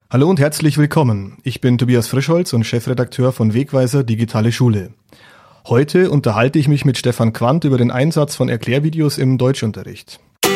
Hallo und herzlich willkommen. Ich bin Tobias Frischholz und Chefredakteur von Wegweiser Digitale Schule. Heute unterhalte ich mich mit Stefan Quandt über den Einsatz von Erklärvideos im Deutschunterricht.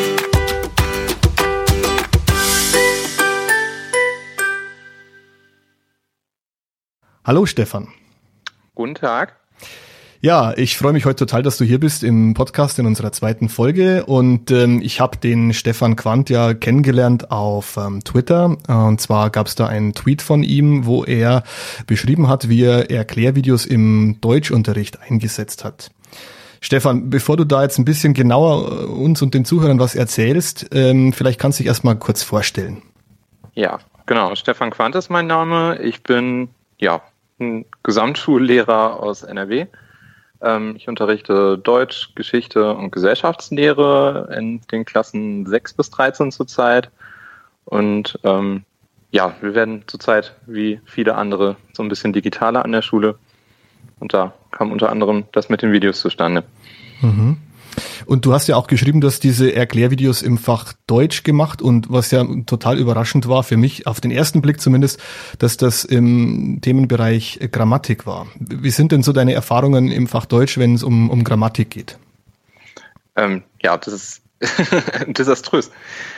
Hallo Stefan. Guten Tag. Ja, ich freue mich heute total, dass du hier bist im Podcast in unserer zweiten Folge und ich habe den Stefan Quandt ja kennengelernt auf Twitter und zwar gab es da einen Tweet von ihm, wo er beschrieben hat, wie er Erklärvideos im Deutschunterricht eingesetzt hat. Stefan, bevor du da jetzt ein bisschen genauer uns und den Zuhörern was erzählst, vielleicht kannst du dich erstmal kurz vorstellen. Ja, genau. Stefan Quandt ist mein Name. Ich bin ein Gesamtschullehrer aus NRW. Ich unterrichte Deutsch, Geschichte und Gesellschaftslehre in den Klassen 6 bis 13 zurzeit. Und wir werden zurzeit wie viele andere so ein bisschen digitaler an der Schule. Und da kam unter anderem das mit den Videos zustande. Mhm. Und du hast ja auch geschrieben, dass diese Erklärvideos im Fach Deutsch gemacht und was ja total überraschend war für mich, auf den ersten Blick zumindest, dass das im Themenbereich Grammatik war. Wie sind denn so deine Erfahrungen im Fach Deutsch, wenn es um Grammatik geht? Das ist desaströs.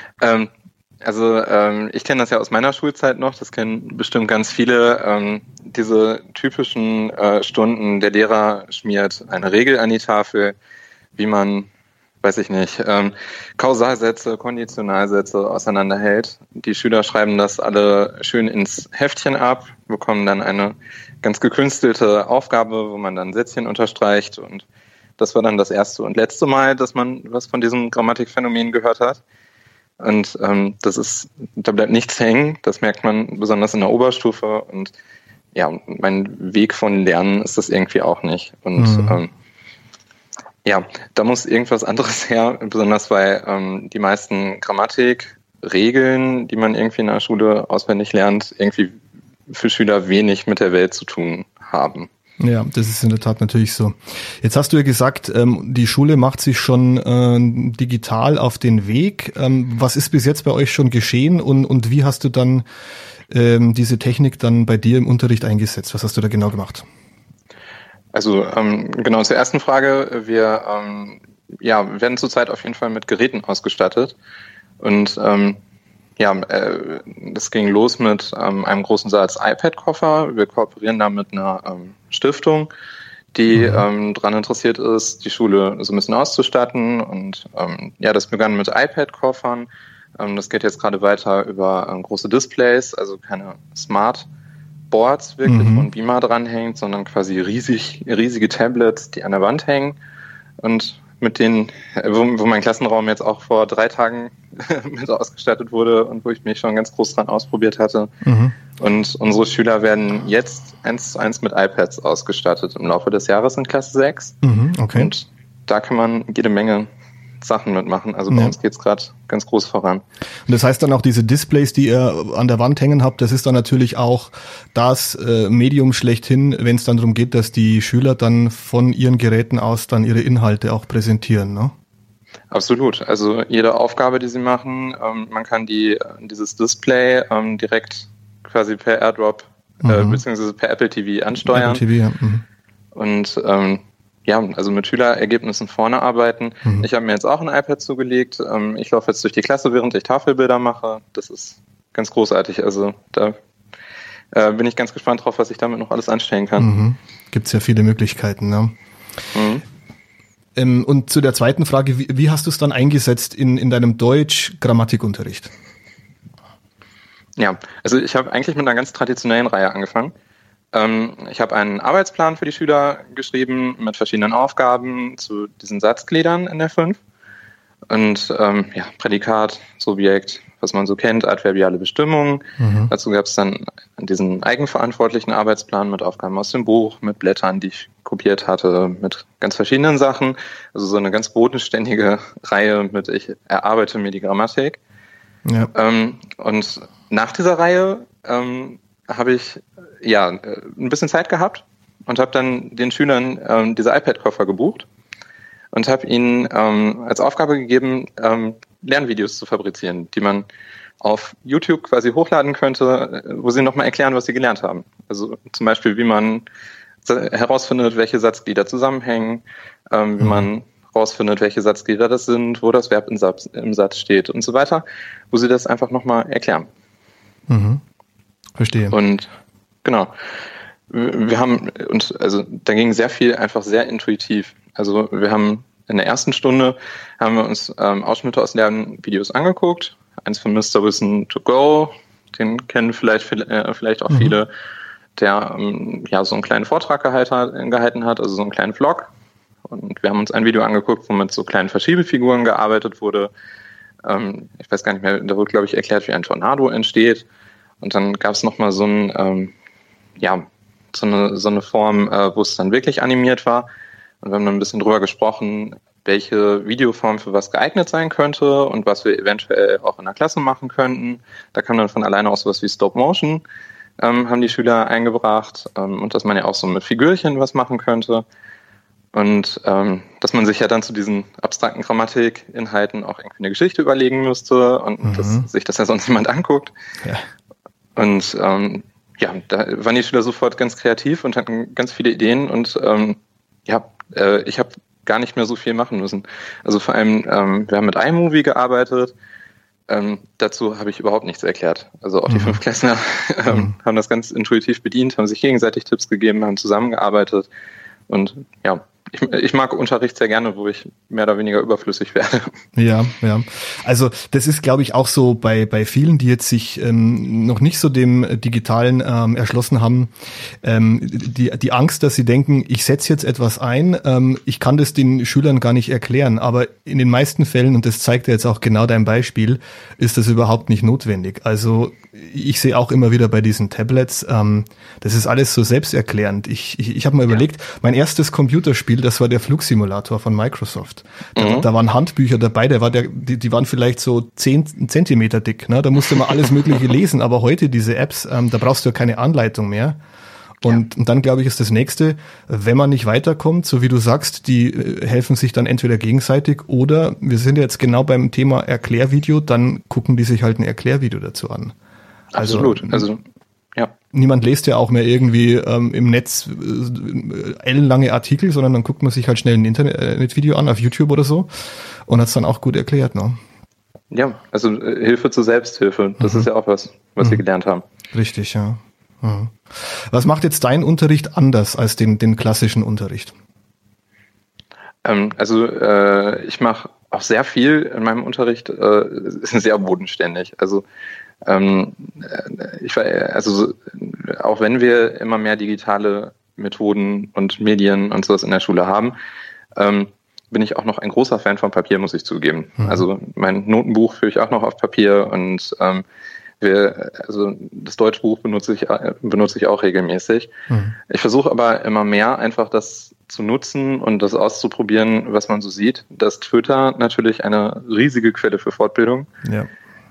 Ich kenne das ja aus meiner Schulzeit noch, das kennen bestimmt ganz viele, diese typischen Stunden, der Lehrer schmiert eine Regel an die Tafel, wie man, Kausalsätze, Konditionalsätze auseinanderhält. Die Schüler schreiben das alle schön ins Heftchen ab, bekommen dann eine ganz gekünstelte Aufgabe, wo man dann Sätzchen unterstreicht. Und das war dann das erste und letzte Mal, dass man was von diesem Grammatikphänomen gehört hat. Und da bleibt nichts hängen. Das merkt man besonders in der Oberstufe. Und ja, mein Weg von Lernen ist das irgendwie auch nicht. Und da muss irgendwas anderes her, besonders weil die meisten Grammatikregeln, die man irgendwie in der Schule auswendig lernt, irgendwie für Schüler wenig mit der Welt zu tun haben. Ja, das ist in der Tat natürlich so. Jetzt hast du ja gesagt, die Schule macht sich schon digital auf den Weg. Was ist bis jetzt bei euch schon geschehen und wie hast du dann diese Technik dann bei dir im Unterricht eingesetzt? Was hast du da genau gemacht? Also genau zur ersten Frage, wir werden zurzeit auf jeden Fall mit Geräten ausgestattet und das ging los mit einem großen Satz iPad-Koffer. Wir kooperieren da mit einer Stiftung, die daran interessiert ist, die Schule so ein bisschen auszustatten und das begann mit iPad-Koffern. Das geht jetzt gerade weiter über große Displays, also keine Smart-Boards wirklich, wo ein Beamer dranhängt, sondern quasi riesige Tablets, die an der Wand hängen und mit denen, wo mein Klassenraum jetzt auch vor 3 Tagen mit ausgestattet wurde und wo ich mich schon ganz groß dran ausprobiert hatte. Mhm. Und unsere Schüler werden jetzt 1:1 mit iPads ausgestattet im Laufe des Jahres in Klasse 6. Mhm, okay. Und da kann man jede Menge Sachen mitmachen. Also bei uns geht's gerade ganz groß voran. Und das heißt dann auch, diese Displays, die ihr an der Wand hängen habt, das ist dann natürlich auch das Medium schlechthin, wenn es dann darum geht, dass die Schüler dann von ihren Geräten aus dann ihre Inhalte auch präsentieren, ne? Absolut. Also jede Aufgabe, die sie machen, man kann dieses Display direkt quasi per AirDrop beziehungsweise per Apple TV ansteuern. Apple TV, ja. Mhm. Und also mit Schülerergebnissen vorne arbeiten. Mhm. Ich habe mir jetzt auch ein iPad zugelegt. Ich laufe jetzt durch die Klasse, während ich Tafelbilder mache. Das ist ganz großartig. Also da bin ich ganz gespannt drauf, was ich damit noch alles anstellen kann. Mhm. Gibt es ja viele Möglichkeiten, ne? Mhm. Und zu der zweiten Frage, wie hast du es dann eingesetzt in deinem Deutsch-Grammatikunterricht? Ja, also ich habe eigentlich mit einer ganz traditionellen Reihe angefangen. Ich habe einen Arbeitsplan für die Schüler geschrieben mit verschiedenen Aufgaben zu diesen Satzgliedern in der 5. Und Prädikat, Subjekt, was man so kennt, adverbiale Bestimmungen. Mhm. Dazu gab es dann diesen eigenverantwortlichen Arbeitsplan mit Aufgaben aus dem Buch, mit Blättern, die ich kopiert hatte, mit ganz verschiedenen Sachen. Also so eine ganz bodenständige Reihe mit ich erarbeite mir die Grammatik. Ja. Und nach dieser Reihe habe ich ein bisschen Zeit gehabt und habe dann den Schülern diese iPad-Koffer gebucht und habe ihnen als Aufgabe gegeben, Lernvideos zu fabrizieren, die man auf YouTube quasi hochladen könnte, wo sie nochmal erklären, was sie gelernt haben. Also zum Beispiel, wie man herausfindet, welche Satzglieder zusammenhängen, wie man herausfindet, welche Satzglieder das sind, wo das Verb im Satz steht und so weiter, wo sie das einfach nochmal erklären. Mhm. Verstehe. Und genau. Wir haben, und also da ging sehr viel einfach sehr intuitiv. Also wir haben in der ersten Stunde haben wir uns Ausschnitte aus Lernvideos angeguckt. Eins von Mr. Wissen to Go, den kennen vielleicht auch viele, der so einen kleinen Vortrag gehalten hat, also so einen kleinen Vlog. Und wir haben uns ein Video angeguckt, wo mit so kleinen Verschiebefiguren gearbeitet wurde. Ich weiß gar nicht mehr, da wurde, glaube ich, erklärt, wie ein Tornado entsteht. Und dann gab es nochmal so eine Form, wo es dann wirklich animiert war. Und wir haben dann ein bisschen drüber gesprochen, welche Videoform für was geeignet sein könnte und was wir eventuell auch in der Klasse machen könnten. Da kam dann von alleine auch sowas wie Stop Motion, haben die Schüler eingebracht, und dass man ja auch so mit Figürchen was machen könnte. Und dass man sich ja dann zu diesen abstrakten Grammatikinhalten auch irgendwie eine Geschichte überlegen müsste und dass sich das ja sonst niemand anguckt. Ja. Und da waren die Schüler sofort ganz kreativ und hatten ganz viele Ideen und ich habe gar nicht mehr so viel machen müssen. Also vor allem, wir haben mit iMovie gearbeitet. Dazu habe ich überhaupt nichts erklärt. Also auch die Fünftklässler haben das ganz intuitiv bedient, haben sich gegenseitig Tipps gegeben, haben zusammengearbeitet. Und ja, ich mag Unterricht sehr gerne, wo ich mehr oder weniger überflüssig werde. Ja. Also das ist, glaube ich, auch so bei vielen, die jetzt sich noch nicht so dem Digitalen erschlossen haben, die Angst, dass sie denken, ich setze jetzt etwas ein, ich kann das den Schülern gar nicht erklären, aber in den meisten Fällen, und das zeigt ja jetzt auch genau dein Beispiel, ist das überhaupt nicht notwendig. Also ich sehe auch immer wieder bei diesen Tablets, das ist alles so selbsterklärend. Ich habe mal überlegt, mein erstes Computerspiel, das war der Flugsimulator von Microsoft. Da waren Handbücher dabei, die waren vielleicht so 10 Zentimeter dick. Ne? Da musste man alles Mögliche lesen, aber heute diese Apps, da brauchst du ja keine Anleitung mehr. Und dann, glaube ich, ist das Nächste, wenn man nicht weiterkommt, so wie du sagst, die helfen sich dann entweder gegenseitig oder wir sind jetzt genau beim Thema Erklärvideo, dann gucken die sich halt ein Erklärvideo dazu an. Absolut. Also niemand liest ja auch mehr irgendwie im Netz ellenlange Artikel, sondern dann guckt man sich halt schnell ein Internetvideo an auf YouTube oder so und hat es dann auch gut erklärt. Ne? Ja, also Hilfe zur Selbsthilfe, das ist ja auch was wir gelernt haben. Richtig, ja. Was macht jetzt dein Unterricht anders als den klassischen Unterricht? Ich mache auch sehr viel in meinem Unterricht, sehr bodenständig. Also auch wenn wir immer mehr digitale Methoden und Medien und sowas in der Schule haben, bin ich auch noch ein großer Fan von Papier, muss ich zugeben. Also mein Notenbuch führe ich auch noch auf Papier und das Deutschbuch benutze ich auch regelmäßig. Ich versuche aber immer mehr einfach das zu nutzen und das auszuprobieren, was man so sieht. Das Twitter natürlich eine riesige Quelle für Fortbildung. Ja.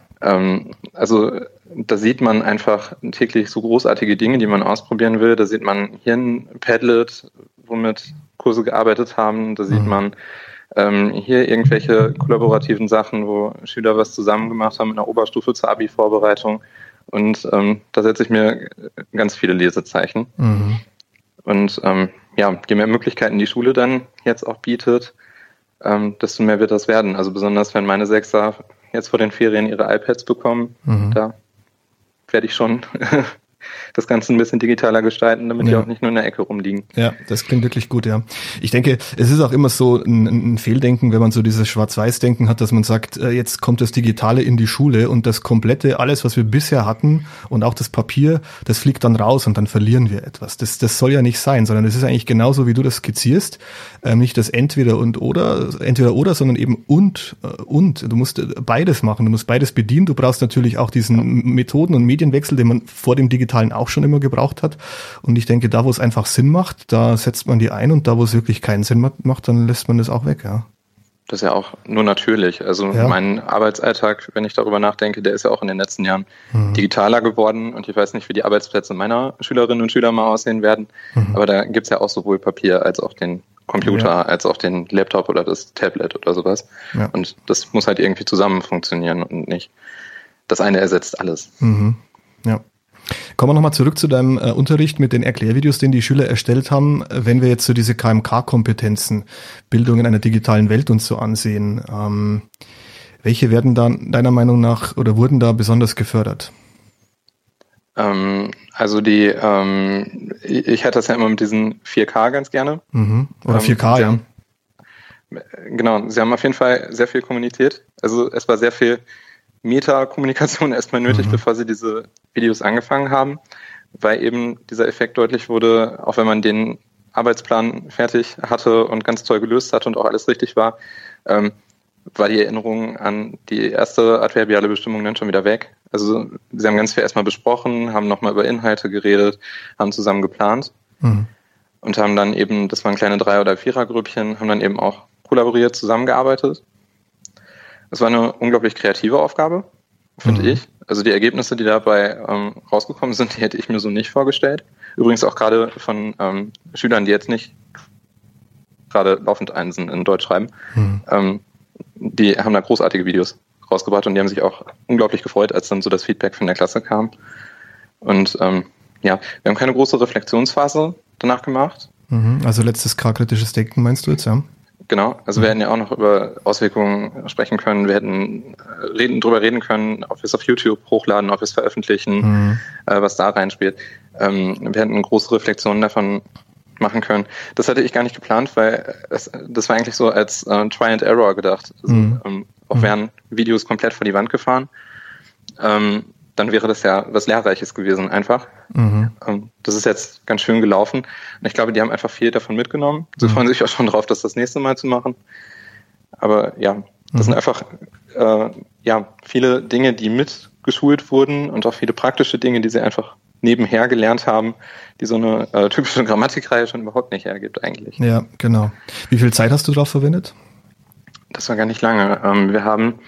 Da sieht man einfach täglich so großartige Dinge, die man ausprobieren will. Da sieht man hier ein Padlet, womit Kurse gearbeitet haben. Da sieht man hier irgendwelche kollaborativen Sachen, wo Schüler was zusammen gemacht haben in der Oberstufe zur Abi-Vorbereitung. Und da setze ich mir ganz viele Lesezeichen. Und je mehr Möglichkeiten die Schule dann jetzt auch bietet, desto mehr wird das werden. Also besonders, wenn meine Sechser jetzt vor den Ferien ihre iPads bekommen, da werde ich schon das Ganze ein bisschen digitaler gestalten, damit die auch nicht nur in der Ecke rumliegen. Ja, das klingt wirklich gut, ja. Ich denke, es ist auch immer so ein Fehldenken, wenn man so dieses Schwarz-Weiß-Denken hat, dass man sagt, jetzt kommt das Digitale in die Schule und das komplette, alles, was wir bisher hatten und auch das Papier, das fliegt dann raus und dann verlieren wir etwas. Das soll ja nicht sein, sondern es ist eigentlich genauso, wie du das skizzierst. Nicht das entweder oder, sondern eben und. Du musst beides machen, du musst beides bedienen. Du brauchst natürlich auch diesen Methoden- und Medienwechsel, den man vor dem Digitalen auch schon immer gebraucht hat. Und ich denke, da, wo es einfach Sinn macht, da setzt man die ein und da, wo es wirklich keinen Sinn macht, dann lässt man das auch weg, ja. Das ist ja auch nur natürlich. Also mein Arbeitsalltag, wenn ich darüber nachdenke, der ist ja auch in den letzten Jahren digitaler geworden und ich weiß nicht, wie die Arbeitsplätze meiner Schülerinnen und Schüler mal aussehen werden, aber da gibt's ja auch sowohl Papier als auch den Computer, als auch den Laptop oder das Tablet oder sowas. Ja. Und das muss halt irgendwie zusammen funktionieren und nicht das eine ersetzt alles. Ja. Kommen wir nochmal zurück zu deinem Unterricht mit den Erklärvideos, den die Schüler erstellt haben. Wenn wir jetzt so diese KMK-Kompetenzen, Bildung in einer digitalen Welt uns so ansehen, welche werden dann deiner Meinung nach oder wurden da besonders gefördert? Also ich hatte das ja immer mit diesen 4K ganz gerne. Oder 4K, ja. Genau, sie haben auf jeden Fall sehr viel kommuniziert. Also es war sehr viel Meta-Kommunikation erstmal nötig, bevor sie diese Videos angefangen haben, weil eben dieser Effekt deutlich wurde, auch wenn man den Arbeitsplan fertig hatte und ganz toll gelöst hat und auch alles richtig war die Erinnerung an die erste adverbiale Bestimmung dann schon wieder weg. Also sie haben ganz viel erstmal besprochen, haben nochmal über Inhalte geredet, haben zusammen geplant und haben dann eben, das waren kleine 3- oder 4er-Grüppchen, haben dann eben auch kollaboriert, zusammengearbeitet. Es war eine unglaublich kreative Aufgabe, finde ich. Also die Ergebnisse, die dabei rausgekommen sind, die hätte ich mir so nicht vorgestellt. Übrigens auch gerade von Schülern, die jetzt nicht gerade laufend Einsen in Deutsch schreiben. Die haben da großartige Videos rausgebracht und die haben sich auch unglaublich gefreut, als dann so das Feedback von der Klasse kam. Und wir haben keine große Reflexionsphase danach gemacht. Also letztes K-kritisches Denken meinst du jetzt, ja? Genau, also wir hätten ja auch noch über Auswirkungen sprechen können, wir hätten drüber reden können, ob wir es auf YouTube hochladen, ob wir es veröffentlichen, was da reinspielt. Wir hätten große Reflexionen davon machen können. Das hatte ich gar nicht geplant, weil das war eigentlich so als Try and Error gedacht. Also, auch wären Videos komplett vor die Wand gefahren, dann wäre das ja was Lehrreiches gewesen einfach. Das ist jetzt ganz schön gelaufen. Und ich glaube, die haben einfach viel davon mitgenommen. Sie freuen sich auch schon drauf, das nächste Mal zu machen. Aber ja, das sind einfach viele Dinge, die mitgeschult wurden und auch viele praktische Dinge, die sie einfach nebenher gelernt haben, die so eine typische Grammatikreihe schon überhaupt nicht hergibt eigentlich. Ja, genau. Wie viel Zeit hast du darauf verwendet? Das war gar nicht lange. Wir haben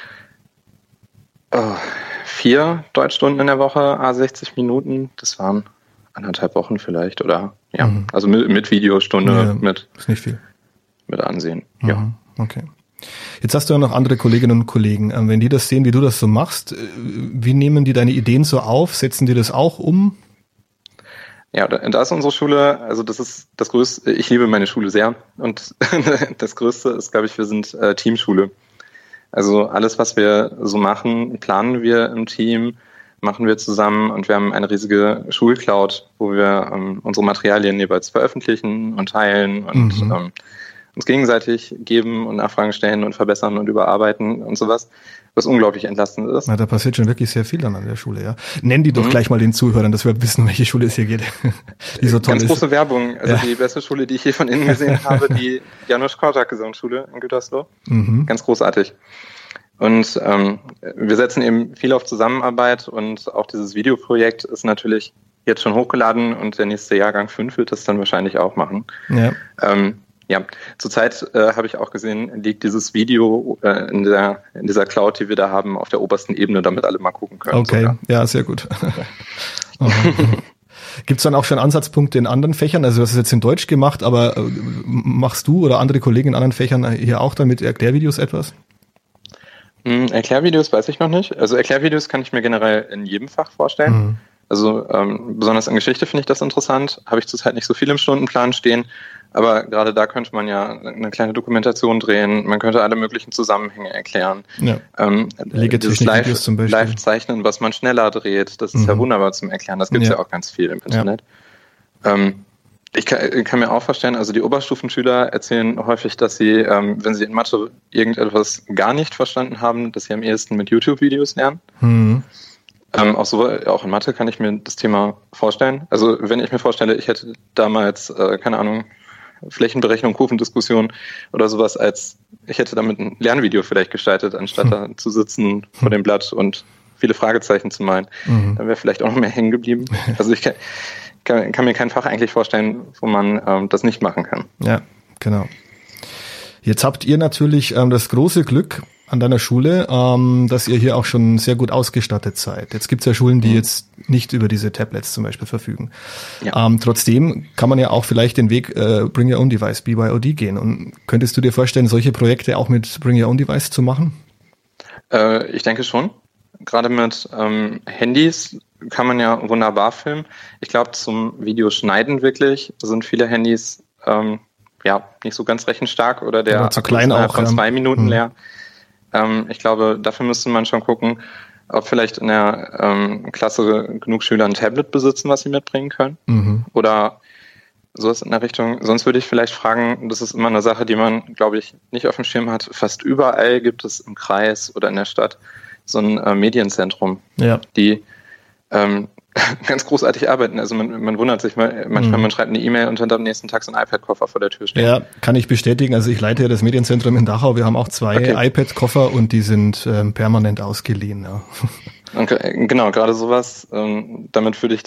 4 Deutschstunden in der Woche, 60 Minuten. Das waren 1,5 Wochen vielleicht, oder? Ja, also mit Videostunde, ist nicht viel. Mit Ansehen, ja. Okay. Jetzt hast du ja noch andere Kolleginnen und Kollegen. Wenn die das sehen, wie du das so machst, wie nehmen die deine Ideen so auf? Setzen die das auch um? Ja, da ist unsere Schule, also das ist das Größte, ich liebe meine Schule sehr und das Größte ist, glaube ich, wir sind Teamschule. Also alles, was wir so machen, planen wir im Team, machen wir zusammen und wir haben eine riesige Schulcloud, wo wir unsere Materialien jeweils veröffentlichen und teilen und uns gegenseitig geben und Nachfragen stellen und verbessern und überarbeiten und sowas, was unglaublich entlastend ist. Na, da passiert schon wirklich sehr viel dann an der Schule, ja. Nenn die doch gleich mal den Zuhörern, dass wir wissen, welche Schule es hier geht. Die so toll Ganz ist. Große Werbung. Also die beste Schule, die ich hier von innen gesehen habe, die Janusz Korczak-Gesamtschule in Gütersloh. Ganz großartig. Und wir setzen eben viel auf Zusammenarbeit und auch dieses Videoprojekt ist natürlich jetzt schon hochgeladen und der nächste Jahrgang 5 wird das dann wahrscheinlich auch machen. Ja. Zurzeit habe ich auch gesehen, liegt dieses Video in dieser Cloud, die wir da haben, auf der obersten Ebene, damit alle mal gucken können. Okay, sogar. Ja, sehr gut. Gibt es dann auch schon Ansatzpunkte in anderen Fächern? Also du hast es jetzt in Deutsch gemacht, aber machst du oder andere Kollegen in anderen Fächern hier auch dann mit Erklärvideos etwas? Erklärvideos weiß ich noch nicht. Also Erklärvideos kann ich mir generell in jedem Fach vorstellen. Also besonders in Geschichte finde ich das interessant. Habe ich zurzeit nicht so viel im Stundenplan stehen. Aber gerade da könnte man ja eine kleine Dokumentation drehen. Man könnte alle möglichen Zusammenhänge erklären. Ja. Dieses Live-Zeichnen, was man schneller dreht, das ist ja wunderbar zum Erklären. Das gibt es ja auch ganz viel im Internet. Ich kann mir auch vorstellen, also die Oberstufenschüler erzählen häufig, dass sie, wenn sie in Mathe irgendetwas gar nicht verstanden haben, dass sie am ehesten mit YouTube-Videos lernen. Auch in Mathe kann ich mir das Thema vorstellen. Also wenn ich mir vorstelle, ich hätte damals, keine Ahnung, Flächenberechnung, Kurvendiskussion oder sowas ich hätte damit ein Lernvideo vielleicht gestaltet, anstatt da zu sitzen vor dem Blatt und viele Fragezeichen zu malen. Dann wäre vielleicht auch noch mehr hängen geblieben. Also ich kann mir kein Fach eigentlich vorstellen, wo man das nicht machen kann. Ja, genau. Jetzt habt ihr natürlich das große Glück an deiner Schule, dass ihr hier auch schon sehr gut ausgestattet seid. Jetzt gibt's ja Schulen, die jetzt nicht über diese Tablets zum Beispiel verfügen. Ja. Trotzdem kann man ja auch vielleicht den Weg Bring Your Own Device, BYOD gehen. Und könntest du dir vorstellen, solche Projekte auch mit Bring Your Own Device zu machen? Ich denke schon. gerade mit Handys kann man ja wunderbar filmen. Ich glaube, zum Videoschneiden wirklich sind viele Handys nicht so ganz rechenstark oder der Akku zu klein auch von 2 Minuten leer. Ich glaube, dafür müsste man schon gucken, ob vielleicht in der Klasse genug Schüler ein Tablet besitzen, was sie mitbringen können. Oder sowas in der Richtung. Sonst würde ich vielleicht fragen, das ist immer eine Sache, die man, glaube ich, nicht auf dem Schirm hat. Fast überall gibt es im Kreis oder in der Stadt so ein Medienzentrum, die ganz großartig arbeiten. Also man wundert sich manchmal, man schreibt eine E-Mail und hat am nächsten Tag so einen iPad-Koffer vor der Tür stehen. Ja, kann ich bestätigen. Also ich leite ja das Medienzentrum in Dachau. Wir haben auch 2 iPad-Koffer und die sind permanent ausgeliehen. Ja. Okay, genau, gerade sowas, damit würde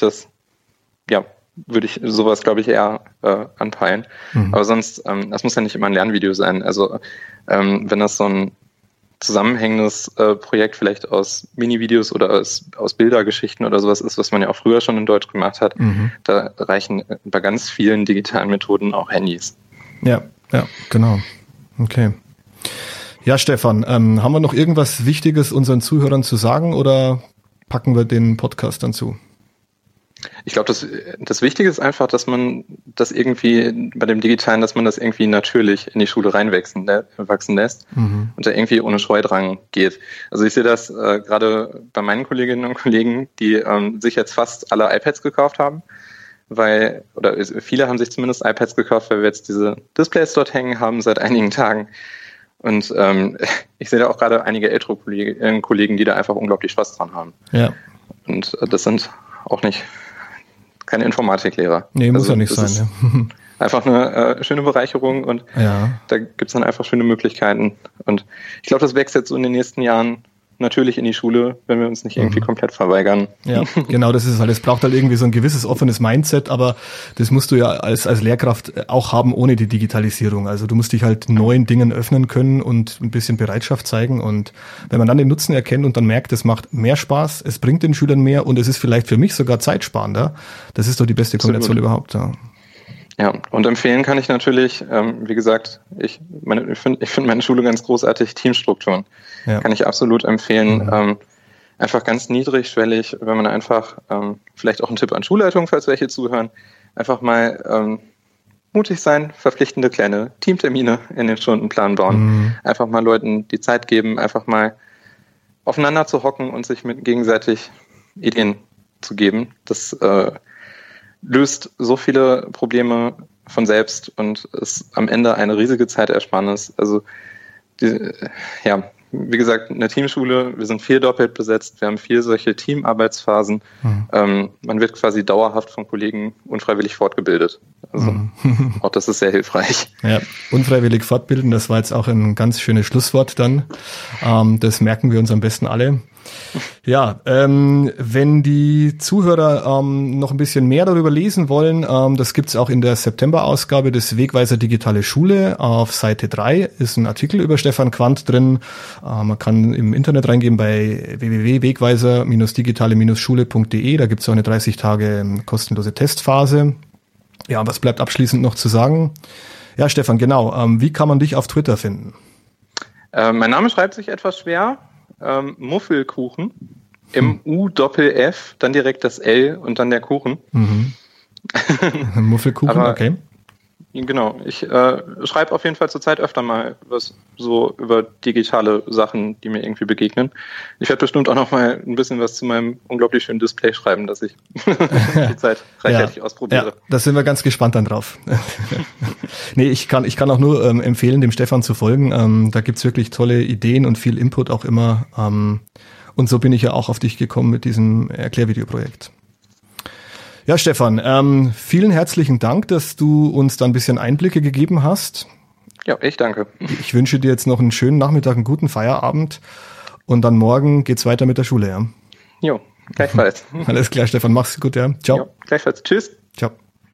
ich sowas, glaube ich, eher anpeilen. Aber sonst, das muss ja nicht immer ein Lernvideo sein. Also wenn das so ein zusammenhängendes Projekt vielleicht aus Mini-Videos oder aus Bildergeschichten oder sowas ist, was man ja auch früher schon in Deutsch gemacht hat, da reichen bei ganz vielen digitalen Methoden auch Handys. Ja, genau. Okay. Ja, Stefan, haben wir noch irgendwas Wichtiges unseren Zuhörern zu sagen oder packen wir den Podcast dann zu? Ich glaube, das Wichtige ist einfach, dass man das irgendwie bei dem Digitalen, dass man das irgendwie natürlich in die Schule reinwachsen lässt und da irgendwie ohne Scheudrang geht. Also ich sehe das gerade bei meinen Kolleginnen und Kollegen, die sich jetzt fast alle iPads gekauft haben, viele haben sich zumindest iPads gekauft, weil wir jetzt diese Displays dort hängen haben seit einigen Tagen. Und ich sehe da auch gerade einige ältere Kollegen, die da einfach unglaublich Spaß dran haben. Ja. Und das sind auch keine Informatiklehrer. Nee, muss ja nicht sein. Ja. Einfach eine schöne Bereicherung und da gibt es dann einfach schöne Möglichkeiten. Und ich glaube, das wächst jetzt so in den nächsten Jahren natürlich in die Schule, wenn wir uns nicht irgendwie komplett verweigern. Ja, genau, das ist es halt. Es braucht halt irgendwie so ein gewisses offenes Mindset, aber das musst du ja als Lehrkraft auch haben ohne die Digitalisierung. Also du musst dich halt neuen Dingen öffnen können und ein bisschen Bereitschaft zeigen. Und wenn man dann den Nutzen erkennt und dann merkt, es macht mehr Spaß, es bringt den Schülern mehr und es ist vielleicht für mich sogar zeitsparender, das ist doch die beste Kombination überhaupt. Ja, und empfehlen kann ich natürlich, wie gesagt, ich finde meine Schule ganz großartig, Teamstrukturen. Ja. Kann ich absolut empfehlen. Einfach ganz niedrigschwellig, wenn man einfach, vielleicht auch ein Tipp an Schulleitungen, falls welche zuhören, einfach mal mutig sein, verpflichtende kleine Teamtermine in den Stundenplan bauen. Einfach mal Leuten die Zeit geben, einfach mal aufeinander zu hocken und sich gegenseitig Ideen zu geben. Das löst so viele Probleme von selbst und ist am Ende eine riesige Zeitersparnis. Also, wie gesagt, eine Teamschule, wir sind 4 doppelt besetzt, wir haben 4 solche Teamarbeitsphasen. Man wird quasi dauerhaft von Kollegen unfreiwillig fortgebildet. Also auch das ist sehr hilfreich. Ja, unfreiwillig fortbilden, das war jetzt auch ein ganz schönes Schlusswort dann. Das merken wir uns am besten alle. Ja, wenn die Zuhörer noch ein bisschen mehr darüber lesen wollen, das gibt's auch in der September-Ausgabe des Wegweiser Digitale Schule. Auf Seite 3 ist ein Artikel über Stefan Quandt drin. Man kann im Internet reingehen bei www.wegweiser-digitale-schule.de. Da gibt's auch eine 30 Tage kostenlose Testphase. Ja, was bleibt abschließend noch zu sagen? Ja, Stefan, genau. Wie kann man dich auf Twitter finden? Mein Name schreibt sich etwas schwer. Muffelkuchen, M-U-Doppel-F, dann direkt das L und dann der Kuchen. Muffelkuchen, aber, okay. Genau, ich schreibe auf jeden Fall zurzeit öfter mal was so über digitale Sachen, die mir irgendwie begegnen. Ich werde bestimmt auch noch mal ein bisschen was zu meinem unglaublich schönen Display schreiben, dass ich die Zeit reichhaltig ausprobiere. Ja, da sind wir ganz gespannt dann drauf. Nee, ich kann auch nur empfehlen, dem Stefan zu folgen. Da gibt's wirklich tolle Ideen und viel Input auch immer. Und so bin ich ja auch auf dich gekommen mit diesem Erklärvideoprojekt. Ja, Stefan, vielen herzlichen Dank, dass du uns da ein bisschen Einblicke gegeben hast. Ja, ich danke. Ich wünsche dir jetzt noch einen schönen Nachmittag, einen guten Feierabend und dann morgen geht's weiter mit der Schule, ja? Jo, gleichfalls. Alles klar, Stefan, mach's gut, ja? Ciao. Jo, gleichfalls. Tschüss. Ciao.